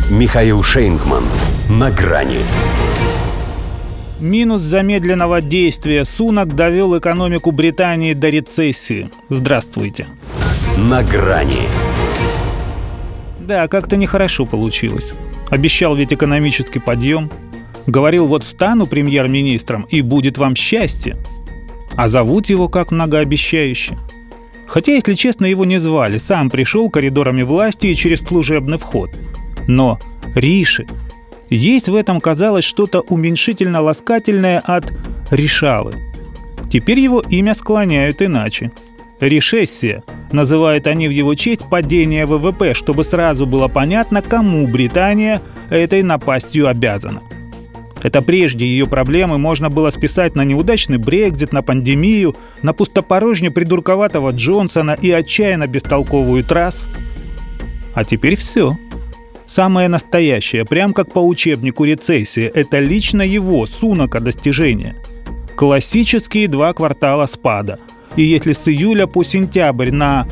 Михаил Шейнгман. На грани. Минус замедленного действия Сунак довел экономику Британии до рецессии. Здравствуйте. На грани. Да, как-то нехорошо получилось. Обещал ведь экономический подъем. Говорил, вот стану премьер-министром, и будет вам счастье. А зовут его как многообещающе. Хотя, если честно, его не звали. Сам пришел коридорами власти и через служебный вход. Но Риши. Есть в этом, казалось, что-то уменьшительно-ласкательное от решалы. Теперь его имя склоняют иначе. Решессия. Называют они в его честь падение ВВП, чтобы сразу было понятно, кому Британия этой напастью обязана. Это прежде ее проблемы можно было списать на неудачный Брексит, на пандемию, на пустопорожнее придурковатого Джонсона и отчаянно бестолковую Трасс. А теперь все. Самое настоящее, прям как по учебнику рецессии, это лично его, Сунака, достижение. Классические 2 квартала спада. И если с июля по сентябрь на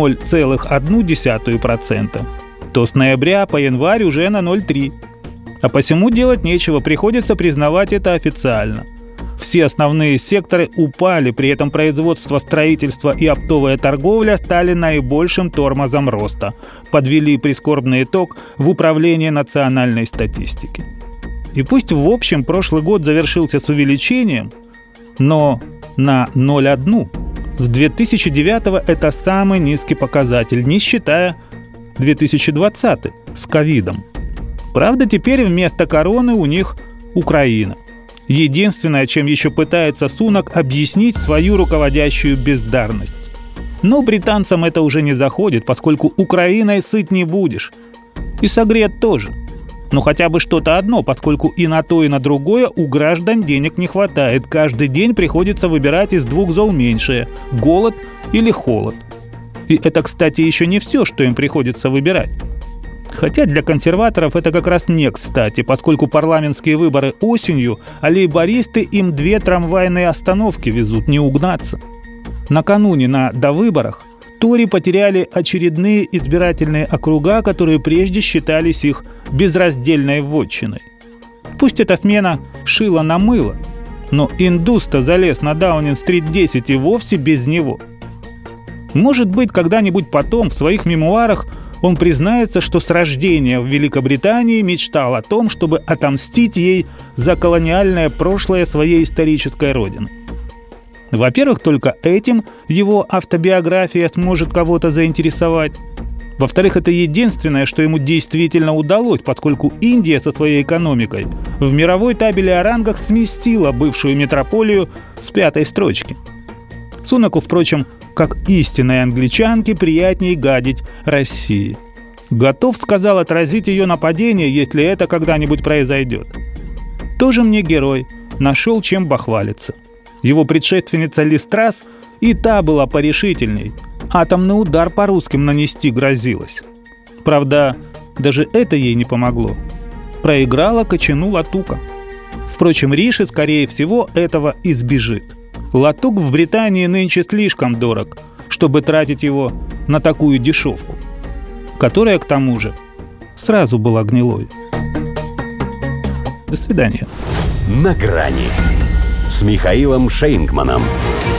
0,1%, то с ноября по январь уже на 0,3%. А посему делать нечего, приходится признавать это официально. Все основные секторы упали, при этом производство, строительство и оптовая торговля стали наибольшим тормозом роста. Подвели прискорбный итог в Управление национальной статистики. И пусть в общем прошлый год завершился с увеличением, но на 0,1. С 2009 это самый низкий показатель, не считая 2020 с ковидом. Правда, теперь вместо короны у них Украина. Единственное, чем еще пытается Сунак объяснить свою руководящую бездарность. Но британцам это уже не заходит, поскольку Украиной сыт не будешь. И согрет тоже. Но хотя бы что-то одно, поскольку и на то, и на другое у граждан денег не хватает. Каждый день приходится выбирать из 2 зол меньшее – голод или холод. И это, кстати, еще не все, что им приходится выбирать. Хотя для консерваторов это как раз не кстати, поскольку парламентские выборы осенью, а лейбористы им 2 трамвайные остановки везут, не угнаться. Накануне на довыборах Тори потеряли очередные избирательные округа, которые прежде считались их безраздельной вотчиной. Пусть эта смена шила на мыло, но индус-то залез на Даунинг-стрит 10 и вовсе без него. Может быть, когда-нибудь потом в своих мемуарах он признается, что с рождения в Великобритании мечтал о том, чтобы отомстить ей за колониальное прошлое своей исторической родины. Во-первых, только этим его автобиография сможет кого-то заинтересовать. Во-вторых, это единственное, что ему действительно удалось, поскольку Индия со своей экономикой в мировой табеле о рангах сместила бывшую метрополию с 5-й строчки. Сунаку, впрочем, как истинной англичанке, приятней гадить России. Готов, сказал, отразить ее нападение, если это когда-нибудь произойдет. Тоже мне герой, нашел чем бахвалиться. Его предшественница Лиз Трасс и та была порешительней. Атомный удар по русским нанести грозилась. Правда, даже это ей не помогло. Проиграла кочану Латука. Впрочем, Риши, скорее всего, этого избежит. Латук в Британии нынче слишком дорог, чтобы тратить его на такую дешевку, которая, к тому же, сразу была гнилой. До свидания. На грани с Михаилом Шейнгманом.